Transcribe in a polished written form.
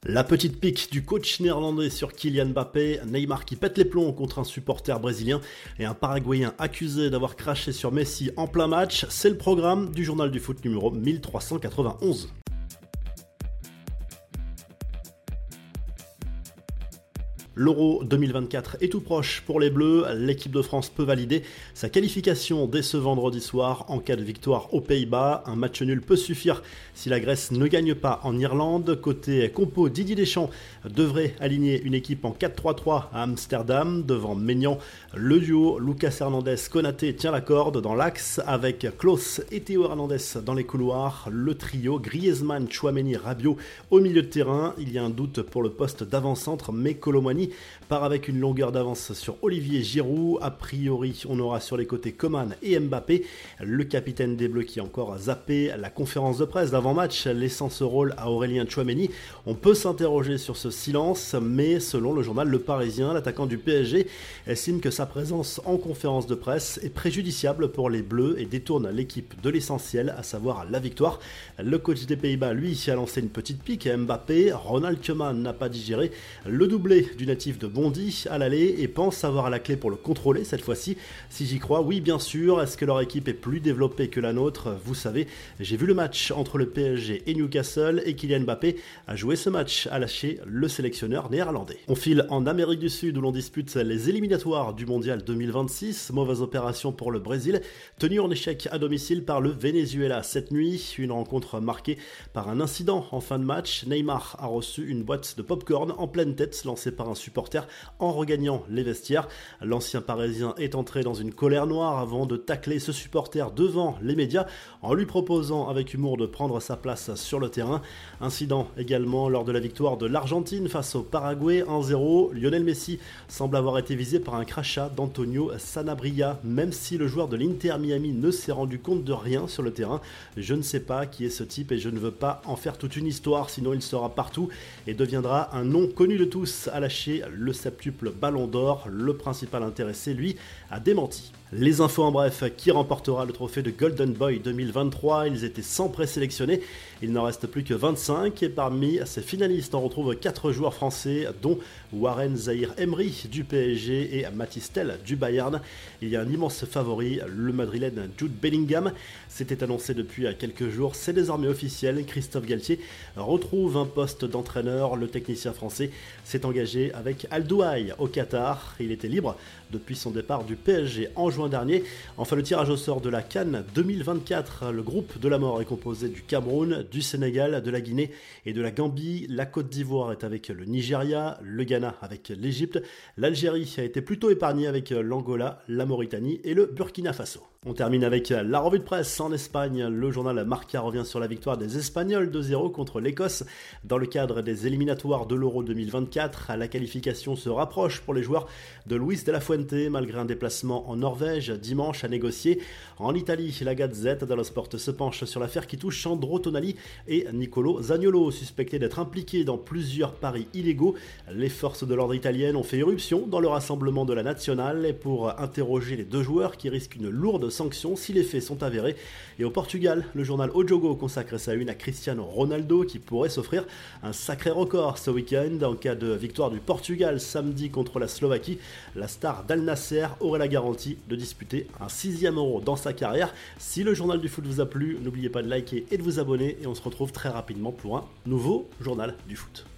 La petite pique du coach néerlandais sur Kylian Mbappé, Neymar qui pète les plombs contre un supporter brésilien et un Paraguayen accusé d'avoir craché sur Messi en plein match, c'est le programme du journal du foot numéro 1391. L'Euro 2024 est tout proche pour les Bleus, l'équipe de France peut valider sa qualification dès ce vendredi soir en cas de victoire aux Pays-Bas. Un match nul peut suffire si la Grèce ne gagne pas en Irlande. Côté compo, Didier Deschamps devrait aligner une équipe en 4-3-3 à Amsterdam devant Maignan. Le duo Lucas Hernandez-Konaté tient la corde dans l'axe avec Klose et Théo Hernandez dans les couloirs. Le trio Griezmann, Tchouaméni, Rabiot au milieu de terrain. Il y a un doute pour le poste d'avant-centre, mais Kolo Muani part avec une longueur d'avance sur Olivier Giroud. A priori, on aura sur les côtés Coman et Mbappé. Le capitaine des Bleus qui a encore zappé la conférence de presse d'avant-match, laissant ce rôle à Aurélien Tchouaméni. On peut s'interroger sur ce silence, mais selon le journal Le Parisien, l'attaquant du PSG estime que sa présence en conférence de presse est préjudiciable pour les Bleus et détourne l'équipe de l'essentiel, à savoir la victoire. Le coach des Pays-Bas, lui, a lancé une petite pique à Mbappé. Ronald Koeman n'a pas digéré le doublé du natif de Bondy à l'aller et pense avoir la clé pour le contrôler cette fois-ci. Si j'y crois, oui bien sûr. Est-ce que leur équipe est plus développée que la nôtre? Vous savez, j'ai vu le match entre le PSG et Newcastle et Kylian Mbappé a joué ce match, a lâché le sélectionneur néerlandais. On file en Amérique du Sud où l'on dispute les éliminatoires du Mondial 2026. Mauvaise opération pour le Brésil, tenu en échec à domicile par le Venezuela cette nuit. Une rencontre marquée par un incident en fin de match. Neymar a reçu une boîte de popcorn en pleine tête lancée par un supporter en regagnant les vestiaires. L'ancien parisien est entré dans une colère noire avant de tacler ce supporter devant les médias en lui proposant avec humour de prendre sa place sur le terrain. Incident également lors de la victoire de l'Argentine face au Paraguay 1-0. Lionel Messi semble avoir été visé par un crachat d'Antonio Sanabria, même si le joueur de l'Inter Miami ne s'est rendu compte de rien sur le terrain. Je ne sais pas qui est ce type et je ne veux pas en faire toute une histoire, sinon il sera partout et deviendra un nom connu de tous, a lâché le septuple Ballon d'Or. Le principal intéressé, lui, a démenti. Les infos en bref, qui remportera le trophée de Golden Boy 2023? Ils étaient 100 présélectionnés, il n'en reste plus que 25 et parmi ces finalistes on retrouve 4 joueurs français dont Warren Zaïre-Emery du PSG et Mathys Tel du Bayern. Il y a un immense favori, le Madrilène Jude Bellingham. C'était annoncé depuis quelques jours, c'est désormais officiel. Christophe Galtier retrouve un poste d'entraîneur. Le technicien français s'est engagé avec Al Douaï au Qatar. Il était libre depuis son départ du PSG en juin dernier. Enfin, le tirage au sort de la CAN 2024. Le groupe de la mort est composé du Cameroun, du Sénégal, de la Guinée et de la Gambie. La Côte d'Ivoire est avec le Nigeria, le Ghana avec l'Égypte. L'Algérie a été plutôt épargnée avec l'Angola, la Mauritanie et le Burkina Faso. On termine avec la revue de presse en Espagne. Le journal Marca revient sur la victoire des Espagnols 2-0 contre l'Écosse dans le cadre des éliminatoires de l'Euro 2024. La qualification se rapproche pour les joueurs de Luis de la Fuente malgré un déplacement en Norvège dimanche à négocier. En Italie, la Gazette dello Sport se penche sur l'affaire qui touche Sandro Tonali et Nicolo Zaniolo, suspectés d'être impliqués dans plusieurs paris illégaux. Les forces de l'ordre italiennes ont fait irruption dans le rassemblement de la Nationale pour interroger les deux joueurs qui risquent une lourde sanction si les faits sont avérés. Et au Portugal, le journal O Jogo consacre sa une à Cristiano Ronaldo qui pourrait s'offrir un sacré record ce week-end. En cas de victoire du Portugal samedi contre la Slovaquie, la star d'Al Nasser aurait la garantie de disputer un 6e Euro dans sa carrière. Si le journal du foot vous a plu, n'oubliez pas de liker et de vous abonner et on se retrouve très rapidement pour un nouveau journal du foot.